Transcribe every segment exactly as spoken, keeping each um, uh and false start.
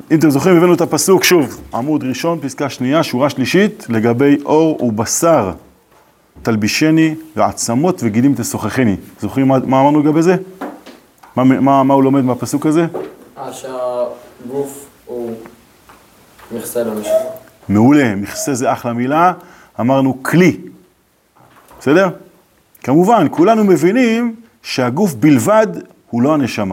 אם אתם זוכרים, הבאנו את הפסוק, שוב, עמוד ראשון, פסקה שנייה, שורה שלישית, לגבי אור ובשר, תלבישני, ועצמות וגידים תשוחחני. זוכרים מה, מה אמרנו לגבי זה? מה, מה, מה הוא לומד מהפסוק הזה? אה, שהגוף הוא מכסה לנשמה. מעולה, מכסה זה אחלה מילה, אמרנו כלי. בסדר? כמובן, כולנו מבינים שהגוף בלבד הוא לא הנשמה.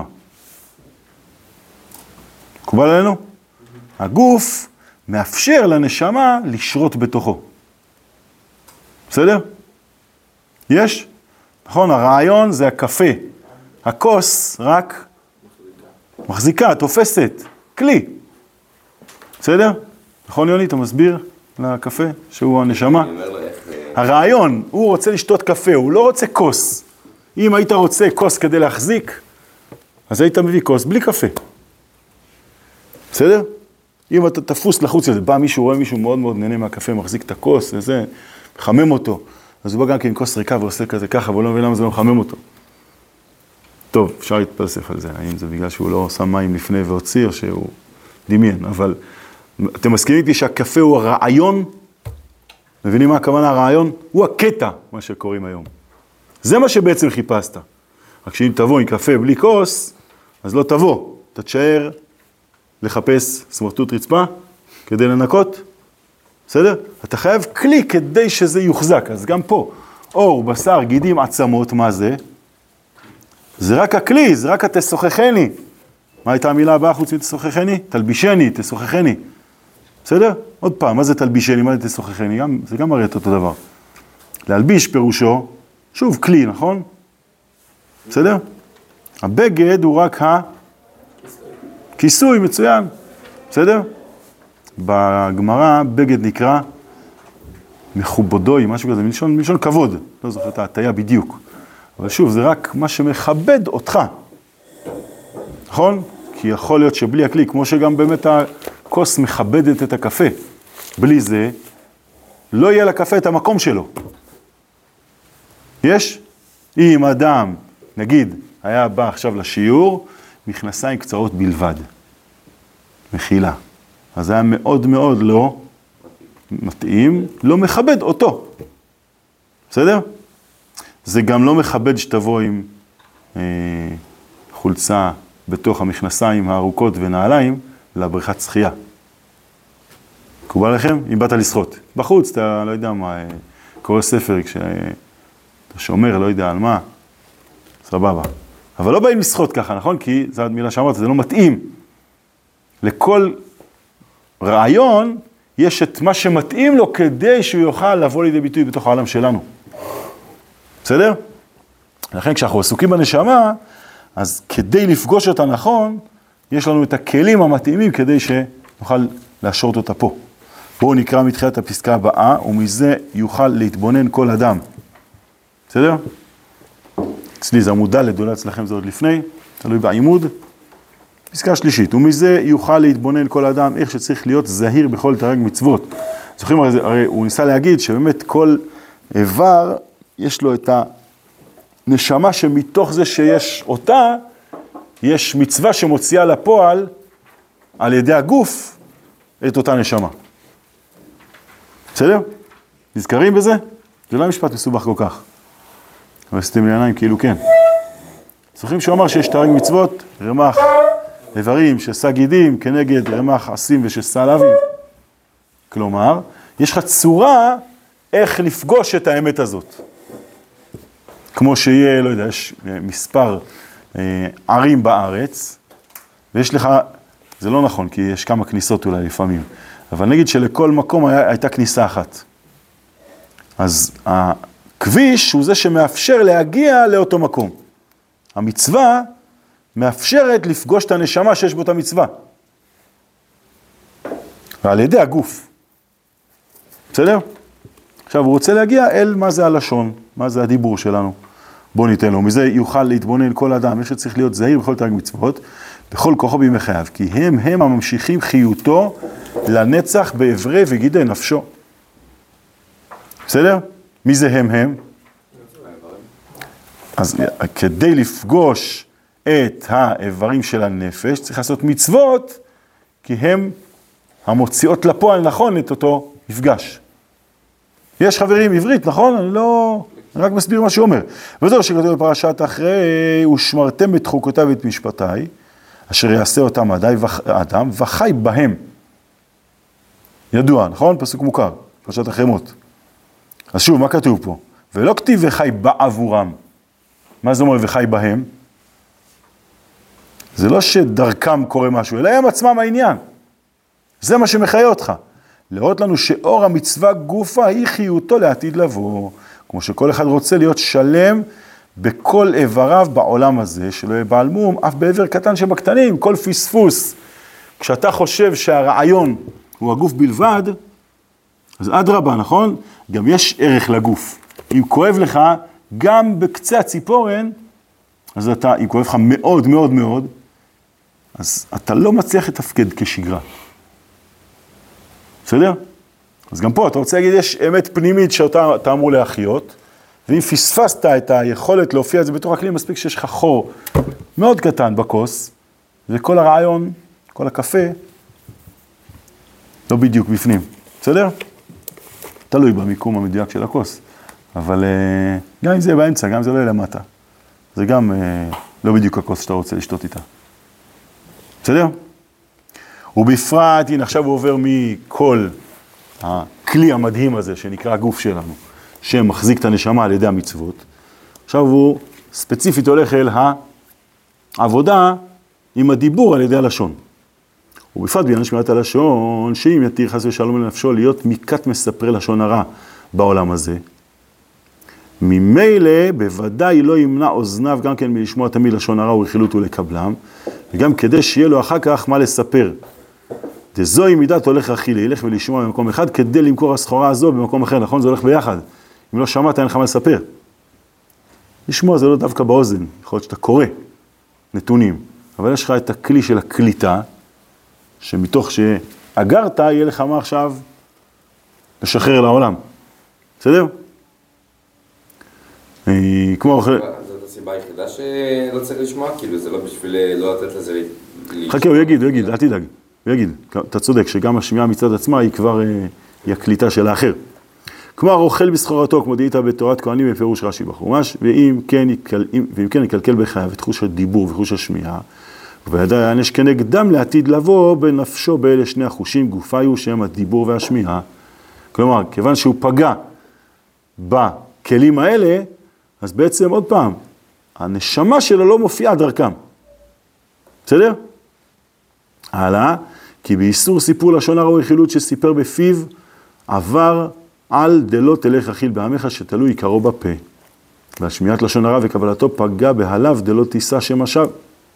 מקובל עלינו? הגוף מאפשר לנשמה לשרות בתוכו. בסדר? יש? נכון, הרעיון זה הקפה. הכוס רק מחזיקה, תופסת, כלי. בסדר? נכון יוני, אתה מסביר לקפה שהוא הנשמה? הרעיון, הוא רוצה לשתות קפה, הוא לא רוצה כוס. אם היית רוצה כוס כדי להחזיק, אז היית מביא כוס בלי קפה. בסדר? אם אתה תפוס לחוץ לזה, בא מישהו, רואה מישהו מאוד מאוד נהנה מהקפה, מחזיק את הכוס וזה, מחמם אותו. אז הוא בא גם כן כוס ריקה ועושה כזה ככה, אבל לא מבין למה זה לא מחמם אותו. טוב, אפשר להתפלסף על זה, האם זה בגלל שהוא לא שם מים לפני והוציא, או שהוא דמיין, אבל אתם מסכימים איתי שהקפה הוא הרעיון? מבינים מה הכוונה הרעיון? הוא הקטע, מה שקוראים היום. זה מה שבעצם חיפשת. רק שאם תבוא עם קפה בלי כוס, אז לא תבוא. אתה תשאר לחפש סמרטוט רצפה כדי לנקות. בסדר? אתה חייב כלי כדי שזה יוחזק. אז גם פה, אור, בשר, גידים, עצמות, מה זה? זה רק הכלי, זה רק התשוחחני. מה הייתה המילה הבאה חוץ מתשוחחני? תלבישני, תשוחחני. בסדר? עוד פעם, מה זה תלבישני, מה זה תשוחחני? גם, זה גם מראה את אותו דבר. להלביש פירושו, שוב, כלי, נכון? בסדר? הבגד הוא רק הכיסוי, מצוין. בסדר? בגמרא, בגד נקרא מכובדוי, משהו כזה, מלשון, מלשון כבוד. לא זוכר את ההטיה בדיוק. אבל שוב, זה רק מה שמכבד אותך. נכון? כי יכול להיות שבלי הכלי, כמו שגם באמת הכוס מכבדת את הקפה, בלי זה, לא יהיה לקפה את המקום שלו. יש? אם אדם, נגיד, היה בא עכשיו לשיעור, מכנסיים קצרות בלבד. מחילה. אז היה מאוד מאוד לא מתאים, לא מכבד אותו. בסדר? זה גם לא מכבד שתבוא עם אה, חולצה בתוך המכנסיים הארוכות ונעליים לבריכת שחייה. מקובל לכם? אם באת לשחות. בחוץ, אתה לא יודע מה, קורא ספר, כשאתה שומר, לא יודע על מה, סבבה. אבל לא באים לשחות ככה, נכון? כי זו מילה שאמרת, זה לא מתאים. לכל רעיון יש את מה שמתאים לו כדי שהוא יוכל לבוא לידי ביטוי בתוך העולם שלנו. בסדר? לכן כשאנחנו עסוקים בנשמה, אז כדי לפגוש אותה נכון, יש לנו את הכלים המתאימים כדי שנוכל להשרות אותה פה. בואו נקרא מתחילת הפסקה הבאה, ומזה יוכל להתבונן כל אדם. בסדר? אצלי זה עמוד ד', אולי אצלכם זה עוד לפני, תלוי בעימוד. פסקה שלישית, ומזה יוכל להתבונן כל אדם, איך שצריך להיות זהיר בכל תרי"ג מצוות. זוכרים, הרי, הרי הוא ניסה להגיד שבאמת כל איבר, יש לו את הנשמה שמתוך זה שיש אותה, יש מצווה שמוציאה לפועל על ידי הגוף את אותה נשמה. בסדר? נזכרים בזה? זה לא משפט מסובך כל כך. אבל עשיתם לי עיניים כאילו כן. זוכרים שהוא אמר שיש תרי"ג מצוות, רמ"ח איברים ששא גידים כנגד רמ"ח עשים וששא לאווים. כלומר, יש לך צורה איך לפגוש את האמת הזאת. כמו שיהיה, לא יודע, יש מספר אה, ערים בארץ, ויש לך, זה לא נכון, כי יש כמה כניסות אולי לפעמים, אבל נגיד שלכל מקום היה, הייתה כניסה אחת. אז הכביש הוא זה שמאפשר להגיע לאותו מקום. המצווה מאפשרת לפגוש את הנשמה שיש בו את המצווה. ועל ידי הגוף. בסדר? עכשיו, הוא רוצה להגיע אל מה זה הלשון, מה זה הדיבור שלנו. בוא ניתן לו, מזה יוכל להתבונן כל אדם, יש שצריך להיות זהיר בכל תרי"ג מצוות, בכל כוחו בימי חייו, כי הם הם הממשיכים חיותו לנצח בעברי וגידי נפשו. בסדר? מי זה הם הם? אז כדי לפגוש את האיברים של הנפש, צריך לעשות מצוות, כי הם המוציאות לפועל נכון את אותו מפגש. יש חברים עברית, נכון? אני לא... אני רק מסביר מה שהוא אומר. וזהו שכתוב בפרשת אחרי, ושמרתם את חוקותיו ואת משפטיי, אשר יעשה אותם האדם, וחי בהם. ידוע, נכון? פסוק מוכר, פרשת אחרי מות. אז שוב, מה כתוב פה? ולא כתיב וחי בעבורם. מה זה אומר וחי בהם? זה לא שדרכם קורה משהו, אלא הם עצמם העניין. זה מה שמחיה אותך. לראות לנו שאור המצווה גופה היא חיותו לעתיד לבוא. כמו שכל אחד רוצה להיות שלם בכל איבריו בעולם הזה, שלא יהיה בעל מום, אף בעבר קטן שבקטנים, כל פספוס. כשאתה חושב שהרעיון הוא הגוף בלבד, אז עד רבה, נכון? גם יש ערך לגוף. אם כואב לך, גם בקצה הציפורן, אז אתה, אם כואב לך מאוד מאוד מאוד, אז אתה לא מצליח לתפקד כשגרה. בסדר? אז גם פה אתה רוצה להגיד, יש אמת פנימית שאותה אתה אמור להחיות, ואם פספסת את היכולת להופיע את זה בתוך הכלי, מספיק שיש לך חור מאוד קטן בכוס, וכל הרעיון, כל הקפה, לא בדיוק בפנים. בסדר? תלוי במיקום המדויק של הכוס. אבל גם אם זה באמצע, גם אם זה לא יהיה למטה. זה גם לא בדיוק הכוס שאתה רוצה לשתות איתה. בסדר? ובפרט, הנה עכשיו הוא עובר מכל הכלי המדהים הזה שנקרא הגוף שלנו, שמחזיק את הנשמה על ידי המצוות. עכשיו הוא ספציפית הולך אל העבודה עם הדיבור על ידי הלשון. ובפרט בעניין שמירת הלשון, שאם יתיר חס ושלום לנפשו להיות מכת מספרי לשון הרע בעולם הזה, ממילא בוודאי לא ימנע אוזניו גם כן מלשמוע תמיד לשון הרע ורכילות ולקבלם, וגם כדי שיהיה לו אחר כך מה לספר. דזוהי מידת הולך רכיל, ילך ולשמוע במקום אחד כדי למכור הסחורה הזו במקום אחר, נכון? זה הולך ביחד. אם לא שמעת, אין לך מה לספר. לשמוע זה לא דווקא באוזן, יכול להיות שאתה קורא נתונים, אבל יש לך את הכלי של הקליטה, שמתוך שאגרת, יהיה לך מה עכשיו לשחרר לעולם. בסדר? כמו... זאת הסיבה היחידה שלא צריך לשמוע, כאילו זה לא בשביל לא לתת לזה... חכה, הוא יגיד, הוא יגיד, אל תדאג. הוא יגיד, אתה צודק שגם השמיעה מצד עצמה היא כבר, היא הקליטה של האחר. כלומר, אוכל בסחורתו, כמו דהית בתורת כהנים בפירוש רש"י בחומש, ואם כן, ואם כן יקלקל בחייו את חוש הדיבור וחוש השמיעה, ועדיין יענש כנגדם לעתיד לבוא בנפשו באלה שני החושים, גופיו שהם הדיבור והשמיעה. כלומר, כיוון שהוא פגע בכלים האלה, אז בעצם עוד פעם, הנשמה שלו לא מופיעה דרכם. בסדר? הלאה, כי באיסור סיפור לשון הרע ורכילות שסיפר בפיו, עבר על דלא תלך רכיל בעמך שתלוי עיקרו בפה. והשמיעת לשון הרע וקבלתו פגע בהליו דלא תישא שם השווא.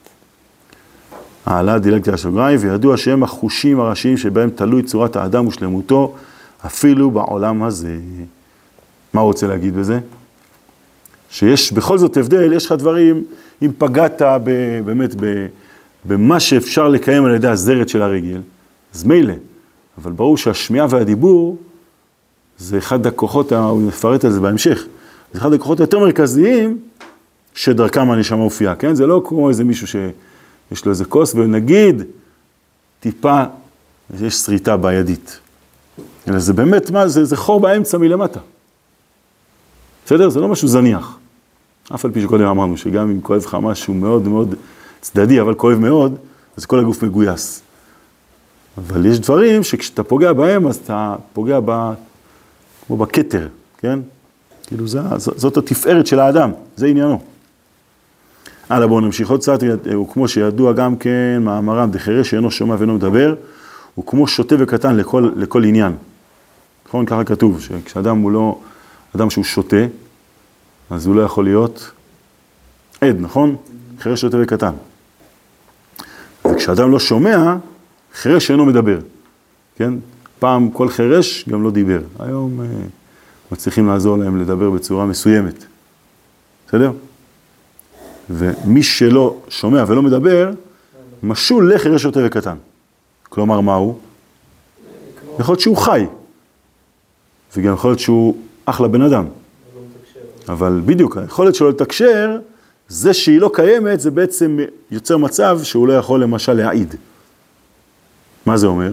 העלה דילגתי הסוגריים, וידוע שהם החושים הראשיים שבהם תלוי צורת האדם ושלמותו, אפילו בעולם הזה. מה הוא רוצה להגיד בזה? שיש בכל זאת הבדל, יש לך דברים, אם פגעת ב, באמת ב, במה שאפשר לקיים על ידי הזרת של הרגל, אז מילא, אבל ברור שהשמיעה והדיבור, זה אחד הכוחות, הוא מפרט על זה בהמשך, זה אחד הכוחות היותר מרכזיים, שדרכם הנשמה מופיעה, כן? זה לא כמו איזה מישהו שיש לו איזה כוס, ונגיד, טיפה, יש שריטה בידית. אלא זה באמת, מה, זה, זה חור באמצע מלמטה. בסדר? זה לא משהו זניח. אף על פי שקודם אמרנו, שגם אם כואב לך משהו מאוד מאוד צדדי, אבל כואב מאוד, אז כל הגוף מגויס. אבל יש דברים שכשאתה פוגע בהם, אז אתה פוגע ב, כמו בכתר, כן? כאילו זה, זאת התפארת של האדם, זה עניינו. הלאה, בואו נמשיך עוד קצת, הוא כמו שידוע גם כן, מאמרם דחרש שאינו שומע ואינו מדבר, הוא כמו שוטה וקטן לכל, לכל עניין. נכון? ככה כתוב, שכשאדם הוא לא, אדם שהוא שוטה, אז הוא לא יכול להיות עד, נכון? חרש שוטה וקטן. וכשאדם לא שומע, חרש שאינו מדבר. כן? פעם כל חרש גם לא דיבר. היום אה, מצליחים לעזור להם לדבר בצורה מסוימת. בסדר? ומי שלא שומע ולא מדבר, משול לחרש שוטה וקטן. כלומר, מה הוא? יכול להיות שהוא חי. וגם יכול להיות שהוא אחלה בן אדם. אבל בדיוק, היכולת שלו לתקשר, זה שהיא לא קיימת, זה בעצם יוצר מצב שהוא לא יכול למשל להעיד. מה זה אומר?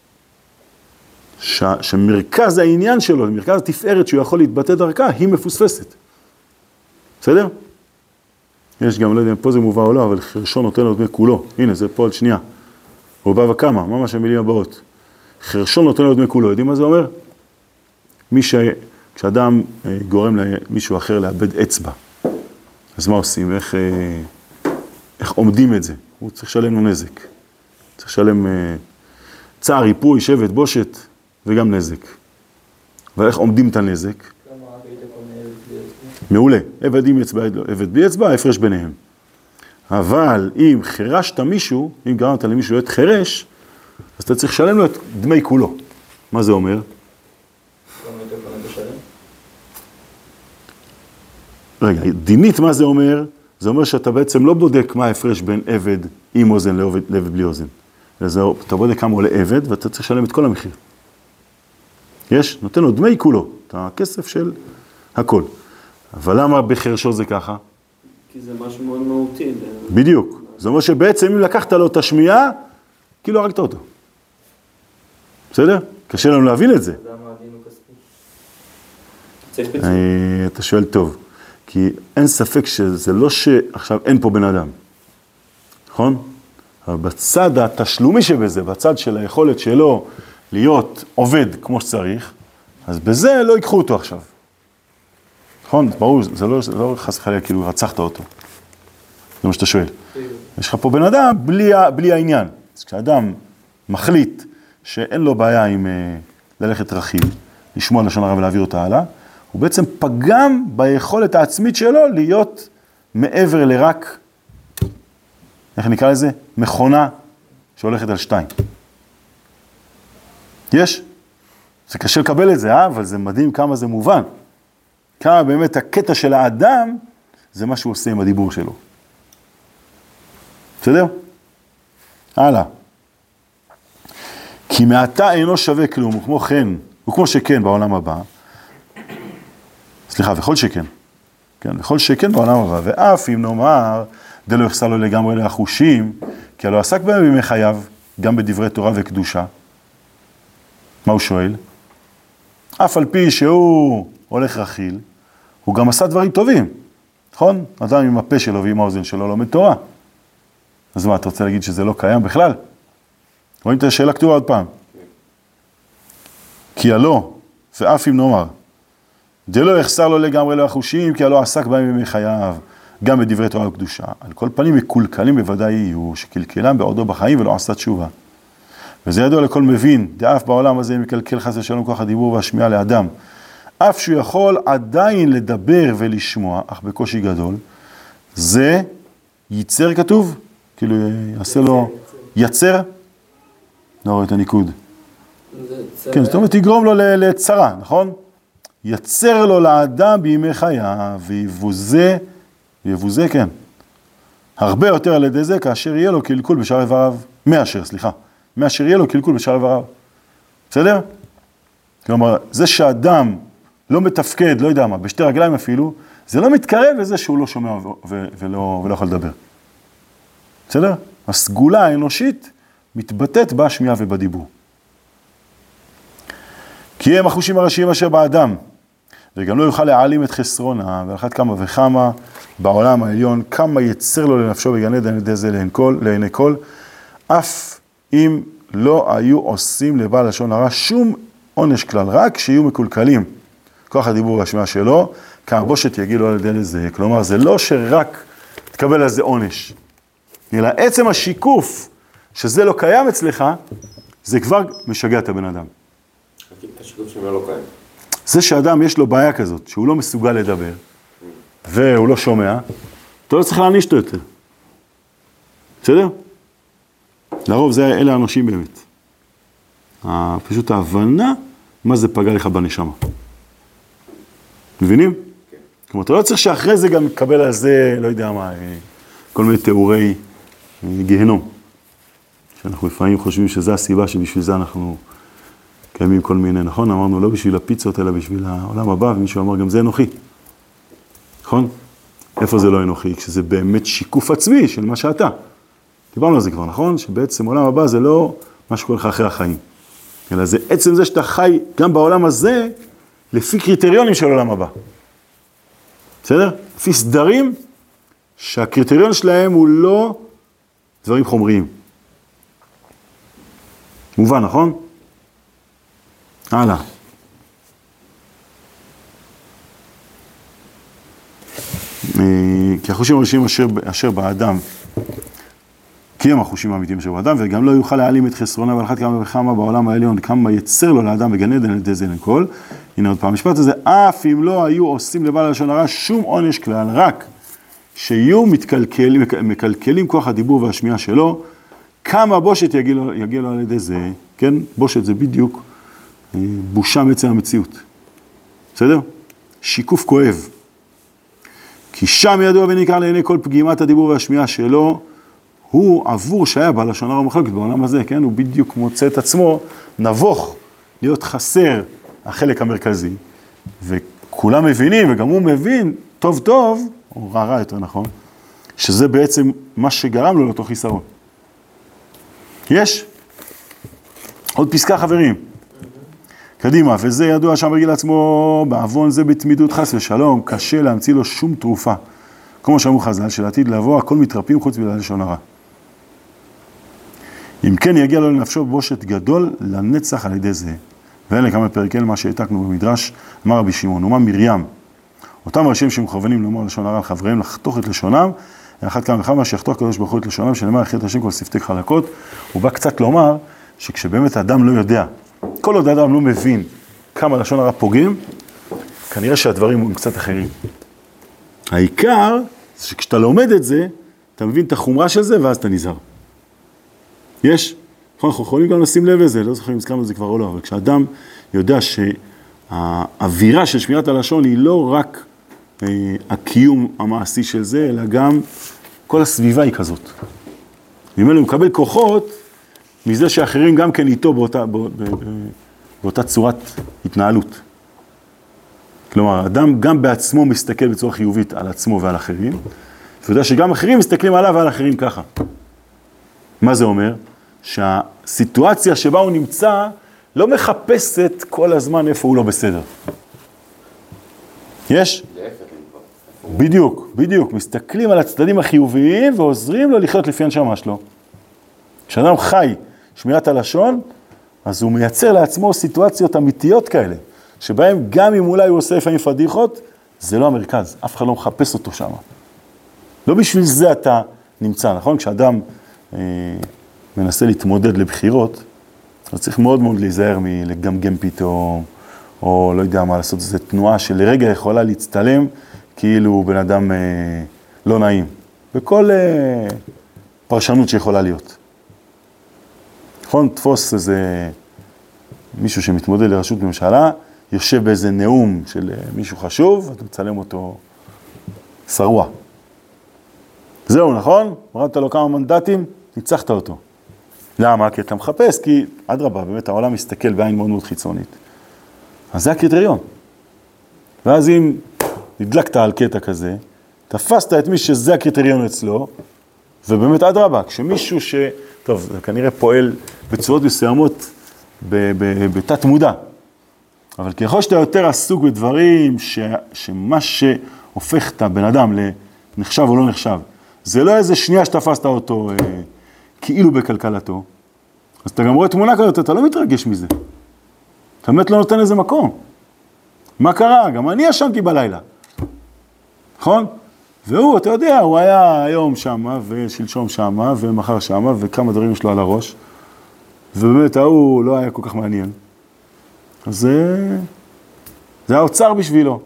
ש... שמרכז העניין שלו, מרכז התפארת שהוא יכול להתבטא דרכה, היא מפוספסת. בסדר? יש גם, לא יודע אם פה זה מובא או לא, אבל חרשון נותן לו דמי כולו. הנה, זה פה על שנייה. הוא בא וכמה, ממש המילים הבאות. חרשון נותן לו דמי כולו. יודעים מה זה אומר? מי ש... כשאדם גורם למישהו אחר לאבד אצבע, אז מה עושים? איך, איך עומדים את זה? הוא צריך לשלם לו נזק. צריך לשלם צער, ריפוי, שבט, בושת, וגם נזק. ואיך עומדים את הנזק? מעולה. עבד עם אצבע, עבד בלי אצבע, ההפרש ביניהם. אבל אם חרשת מישהו, אם גרמת למישהו להיות חרש, אז אתה צריך לשלם לו את דמי כולו. מה זה אומר? רגע, דינית מה זה אומר? זה אומר שאתה בעצם לא בודק מה ההפרש בין עבד עם אוזן לעבד, לעבד בלי אוזן. אתה בודק כמה עולה עבד ואתה צריך לשלם את כל המחיר. יש? נותן לו דמי כולו, את הכסף של הכל. אבל למה בחרשו זה ככה? כי זה משהו מאוד מהותי. בדיוק. זה אומר שבעצם אם לקחת לו את השמיעה, כאילו הרגת אותו. בסדר? קשה לנו להבין את זה. אתה יודע מה הדין הוא כספי? צריך פיצוי. אתה שואל טוב. כי אין ספק שזה לא שעכשיו אין פה בן אדם. נכון? אבל בצד התשלומי שבזה, בצד של היכולת שלו להיות עובד כמו שצריך, אז בזה לא ייקחו אותו עכשיו. נכון? ברור, זה לא, זה לא חס וחלילה, כאילו רצחת אותו. זה מה שאתה שואל. יש לך פה בן אדם בלי, בלי העניין. אז כשאדם מחליט שאין לו בעיה עם uh, ללכת רכיל, לשמוע לשון הרע ולהעביר אותה הלאה, הוא בעצם פגם ביכולת העצמית שלו להיות מעבר לרק, איך נקרא לזה? מכונה שהולכת על שתיים. יש? זה קשה לקבל את זה, אה? אבל זה מדהים כמה זה מובן. כמה באמת הקטע של האדם, זה מה שהוא עושה עם הדיבור שלו. בסדר? הלאה. כי מעתה אינו שווה כלום, וכמו כן, וכמו שכן בעולם הבא, סליחה, וכל שכן, כן, וכל שכן בעולם הבא, ואף אם נאמר, דלא יחסר לו לגמרי לחושים, כי הלא עסק בהם בימי חייו, גם בדברי תורה וקדושה. מה הוא שואל? אף על פי שהוא הולך רכיל, הוא גם עשה דברים טובים, נכון? אדם עם הפה שלו ועם האוזן שלו לומד תורה. אז מה, אתה רוצה להגיד שזה לא קיים בכלל? רואים את השאלה כתובה עוד פעם. כי הלא, ואף אם נאמר, דלא יחסר לו לגמרי לחושים, כי הלא עסק בהם בימי חייו, גם בדברי תורה וקדושה. על כל פנים מקולקלים בוודאי יהיו, שקלקלם בעודו בחיים ולא עשה תשובה. וזה ידוע לכל מבין, דאף בעולם הזה מקלקל חס ושלום כוח הדיבור והשמיעה לאדם. אף שהוא יכול עדיין לדבר ולשמוע, אך בקושי גדול, זה ייצר כתוב, כאילו יעשה לו, יצר, לא רואה את הניקוד. כן, זאת אומרת, תגרום לו לצרה, נכון? יצר לו לאדם בימי חייו, ויבוזה, ויבוזה, כן. הרבה יותר על ידי זה, כאשר יהיה לו קלקול בשאר איבריו, מאשר, סליחה, מאשר יהיה לו קלקול בשאר איבריו. בסדר? כלומר, זה שאדם לא מתפקד, לא יודע מה, בשתי רגליים אפילו, זה לא מתקרב לזה שהוא לא שומע ו- ולא, ולא יכול לדבר. בסדר? הסגולה האנושית מתבטאת בשמיעה ובדיבור. כי הם החושים הראשיים אשר באדם, וגם לא יוכל להעלים את חסרונה, ואחת כמה וכמה בעולם העליון, כמה יצר לו לנפשו בגן עדן על ידי זה לעיני כל, לעיני כל, אף אם לא היו עושים לבעל לשון הרע שום עונש כלל, רק שיהיו מקולקלים. כוח הדיבור והשמיעה שלו, כמה בושת יגידו על ידי לזה. כלומר, זה לא שרק תקבל על זה עונש, אלא עצם השיקוף שזה לא קיים אצלך, זה כבר משגע את הבן אדם. השיקוף שמה לא קיים. זה שאדם יש לו בעיה כזאת, שהוא לא מסוגל לדבר, והוא לא שומע, אתה לא צריך להעניש אותו יותר. בסדר? לרוב זה אלה האנשים באמת. פשוט ההבנה, מה זה פגע לך בנשמה. מבינים? כן. כלומר, אתה לא צריך שאחרי זה גם תקבל על זה, לא יודע מה, כל מיני תיאורי גהנום. שאנחנו לפעמים חושבים שזו הסיבה שבשביל זה אנחנו קיימים כל מיני, נכון? אמרנו לא בשביל הפיצות, אלא בשביל העולם הבא, ומישהו אמר גם זה אנוכי. נכון? איפה זה לא אנוכי? כשזה באמת שיקוף עצמי של מה שאתה. דיברנו על זה כבר, נכון? שבעצם העולם הבא זה לא מה שקורה לך אחרי החיים. אלא זה עצם זה שאתה חי גם בעולם הזה, לפי קריטריונים של עולם הבא. בסדר? לפי סדרים, שהקריטריון שלהם הוא לא דברים חומריים. מובן, נכון? הלאה. כי החושים הראשיים אשר, אשר באדם, כי הם החושים האמיתיים אשר באדם, וגם לא יוכל להעלים את חסרונה, ועל אחת כמה וכמה בעולם העליון, כמה יצר לו לאדם בגן עדן על ידי זה לכל. הנה עוד פעם, המשפט הזה, אף אם לא היו עושים לבעל הלשון הרע שום עונש כלל, רק שיהיו מתקלקלים, מקלקלים כוח הדיבור והשמיעה שלו, כמה בושת יגיע לו, יגיע לו על ידי זה, כן? בושת זה בדיוק בושה מעצם המציאות. בסדר? שיקוף כואב. כי שם ידוע וניכר לעיני כל פגימת הדיבור והשמיעה שלו, הוא עבור שהיה בעל לשון הרע ומחלוקת בעולם הזה, כן? הוא בדיוק מוצא את עצמו נבוך להיות חסר החלק המרכזי, וכולם מבינים, וגם הוא מבין טוב טוב, או רע רע יותר נכון, שזה בעצם מה שגרם לו לאותו חיסרון. יש? עוד פסקה חברים. קדימה, וזה ידוע שם בגיל עצמו, בעוון זה בתמידות חס ושלום, קשה להמציא לו שום תרופה. כמו שאמרו חז"ל, שלעתיד לבוא, הכל מתרפים חוץ בגלל לשון הרע. אם כן יגיע לו לנפשו בושת גדול לנצח על ידי זה. ואלה כמה פרקי למה שהעתקנו במדרש, אמר רבי שמעון, ומה מרים, אותם ראשים שמכוונים לומר לשון הרע על חבריהם לחתוך את לשונם, לאחת כמה וכמה שיחתוך קדוש ברוך הוא את לשונם, שנאמר יחיה את השם כל שפתי חלקות, הוא בא קצת לומר שכשבאמת האדם לא יודע, כל עוד האדם לא מבין כמה לשון הרע פוגם, כנראה שהדברים הם קצת אחרים. העיקר זה שכשאתה לומד את זה, אתה מבין את החומרה של זה ואז אתה נזהר. יש? אנחנו יכולים גם לשים לב לזה, לא זוכרים אם הזכרנו את זה כבר או לא, אבל כשאדם יודע שהאווירה של שמירת הלשון היא לא רק אה, הקיום המעשי של זה, אלא גם כל הסביבה היא כזאת. ואם הוא מקבל כוחות מזה שאחרים גם כן איתו באותה, בא, בא, באותה צורת התנהלות. כלומר, האדם גם בעצמו מסתכל בצורה חיובית על עצמו ועל אחרים, ויודע שגם אחרים מסתכלים עליו ועל אחרים ככה. מה זה אומר? שהסיטואציה שבה הוא נמצא לא מחפשת כל הזמן איפה הוא לא בסדר. יש? בדיוק, בדיוק. מסתכלים על הצדדים החיוביים ועוזרים לו לחיות לפי הנשמה שלו. כשאדם חי שמירת הלשון, אז הוא מייצר לעצמו סיטואציות אמיתיות כאלה, שבהם גם אם אולי הוא עושה לפעמים פדיחות, זה לא המרכז, אף אחד לא מחפש אותו שם. לא בשביל זה אתה נמצא, נכון? כשאדם אה, מנסה להתמודד לבחירות, אז צריך מאוד מאוד להיזהר מלגמגם פתאום, או לא יודע מה לעשות, זו תנועה שלרגע יכולה להצטלם, כאילו בן אדם אה, לא נעים. בכל אה, פרשנות שיכולה להיות. נכון? תפוס איזה מישהו שמתמודד לראשות ממשלה, יושב באיזה נאום של מישהו חשוב, אתה מצלם אותו שרוע. זהו, נכון? הורדת לו כמה מנדטים, ניצחת אותו. למה? כי אתה מחפש, כי עד רבה, באמת העולם מסתכל בעין מאוד מאוד חיצונית. אז זה הקריטריון. ואז אם נדלקת על קטע כזה, תפסת את מי שזה הקריטריון אצלו, ובאמת עד רבה, כשמישהו ש... טוב, זה כנראה פועל בצורות מסוימות בתת מודע. אבל ככל שאתה יותר עסוק בדברים ש... שמה שהופך את הבן אדם לנחשב או לא נחשב, זה לא איזה שנייה שתפסת אותו אה, כאילו בכלכלתו, אז אתה גם רואה תמונה כזאת, אתה לא מתרגש מזה. אתה באמת לא נותן איזה מקום. מה קרה? גם אני ישנתי בלילה. נכון? והוא, אתה יודע, הוא היה היום שמה, ושלשום שמה, ומחר שמה, וכמה דברים יש לו על הראש. ובאמת, הוא לא היה כל כך מעניין. אז זה, זה האוצר בשבילו.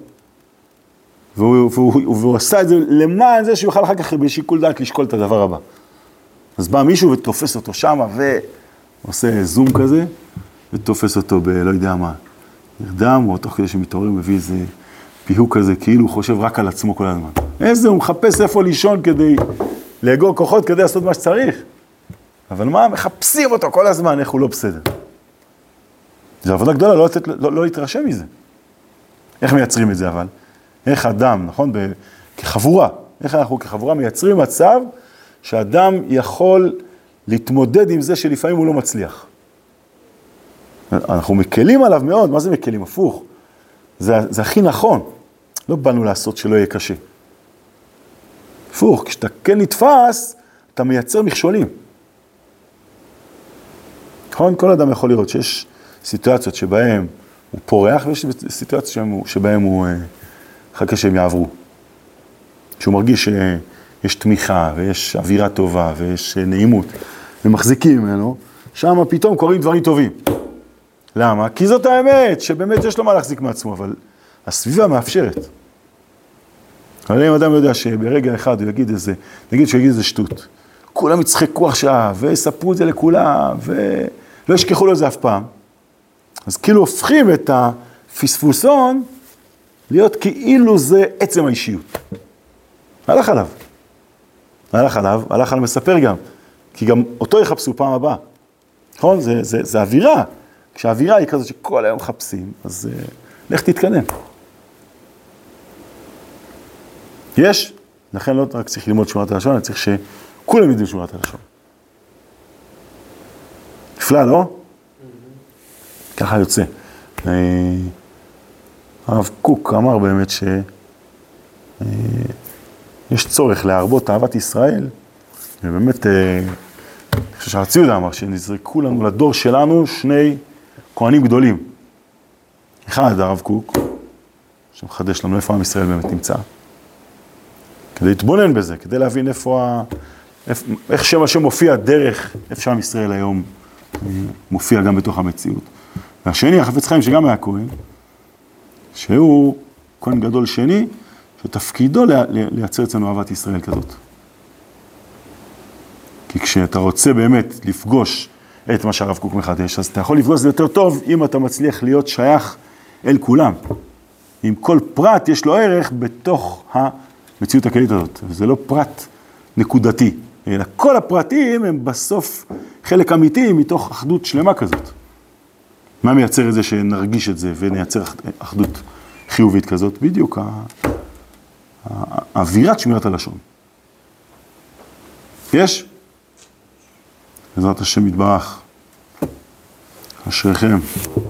והוא, והוא, והוא עשה את זה למען זה שהוא יוכל אחר כך בשיקול דעת לשקול את הדבר הבא. אז בא מישהו ותופס אותו שמה, ועושה זום כזה, ותופס אותו בלא יודע מה, נרדם, או תוך כדי שמתעורר מביא איזה פיהוק כזה, כאילו הוא חושב רק על עצמו כל הזמן. איזה, הוא מחפש איפה לישון כדי לאגור כוחות, כדי לעשות מה שצריך. אבל מה? מחפשים אותו כל הזמן, איך הוא לא בסדר. זו עבודה גדולה, לא, לתת, לא, לא להתרשם מזה. איך מייצרים את זה אבל? איך אדם, נכון? ב, כחבורה, איך אנחנו כחבורה מייצרים מצב שאדם יכול להתמודד עם זה שלפעמים הוא לא מצליח. אנחנו מקלים עליו מאוד, מה זה מקלים? הפוך. זה, זה הכי נכון. לא באנו לעשות שלא יהיה קשה. הפוך, כשאתה כן נתפס, אתה מייצר מכשולים. נכון? כל אדם יכול לראות שיש סיטואציות שבהן הוא פורח, ויש סיטואציות שבהן הוא חכה שהם יעברו. שהוא מרגיש שיש תמיכה, ויש אווירה טובה, ויש נעימות, ומחזיקים ממנו, שם פתאום קוראים דברים טובים. למה? כי זאת האמת, שבאמת יש לו מה להחזיק מעצמו, אבל הסביבה מאפשרת. אבל אם אדם יודע שברגע אחד הוא יגיד איזה, נגיד שהוא יגיד איזה שטות, כולם יצחקו עכשיו, ויספרו את זה לכולם, ולא ישכחו לו זה אף פעם, אז כאילו הופכים את הפספוסון להיות כאילו זה עצם האישיות. הלך עליו. הלך עליו, הלך על מספר גם, כי גם אותו יחפשו פעם הבאה. נכון? זה, זה, זה אווירה. כשהאווירה היא כזאת שכל היום מחפשים, אז uh, לך תתקדם. יש, לכן לא רק צריך ללמוד שמירת הלשון, אני צריך שכולם ידעו שמירת הלשון. נפלא, לא? Mm-hmm. ככה יוצא. Uh, הרב קוק אמר באמת ש... Uh, יש צורך להרבות אהבת ישראל, ובאמת, אני חושב שהרב יהודה אמר שנזרקו לנו לדור שלנו שני כהנים גדולים. אחד, הרב קוק, שמחדש לנו איפה עם ישראל באמת נמצא, כדי להתבונן בזה, כדי להבין איפה, ה... איך שם השם מופיע דרך, איפה שעם ישראל היום מופיע גם בתוך המציאות. והשני, החפץ חיים שגם היה כהן, שהוא כהן גדול שני, שתפקידו לייצר אצלנו אהבת ישראל כזאת. כי כשאתה רוצה באמת לפגוש את מה שהרב קוק מחדש, אז אתה יכול לפגוש זה יותר טוב אם אתה מצליח להיות שייך אל כולם. אם כל פרט יש לו ערך בתוך המציאות הכללית הזאת. וזה לא פרט נקודתי, אלא כל הפרטים הם בסוף חלק אמיתי מתוך אחדות שלמה כזאת. מה מייצר את זה שנרגיש את זה ונייצר אחדות חיובית כזאת? בדיוק האווירת שמירת הלשון. יש? בעזרת השם יתברך. אשריכם.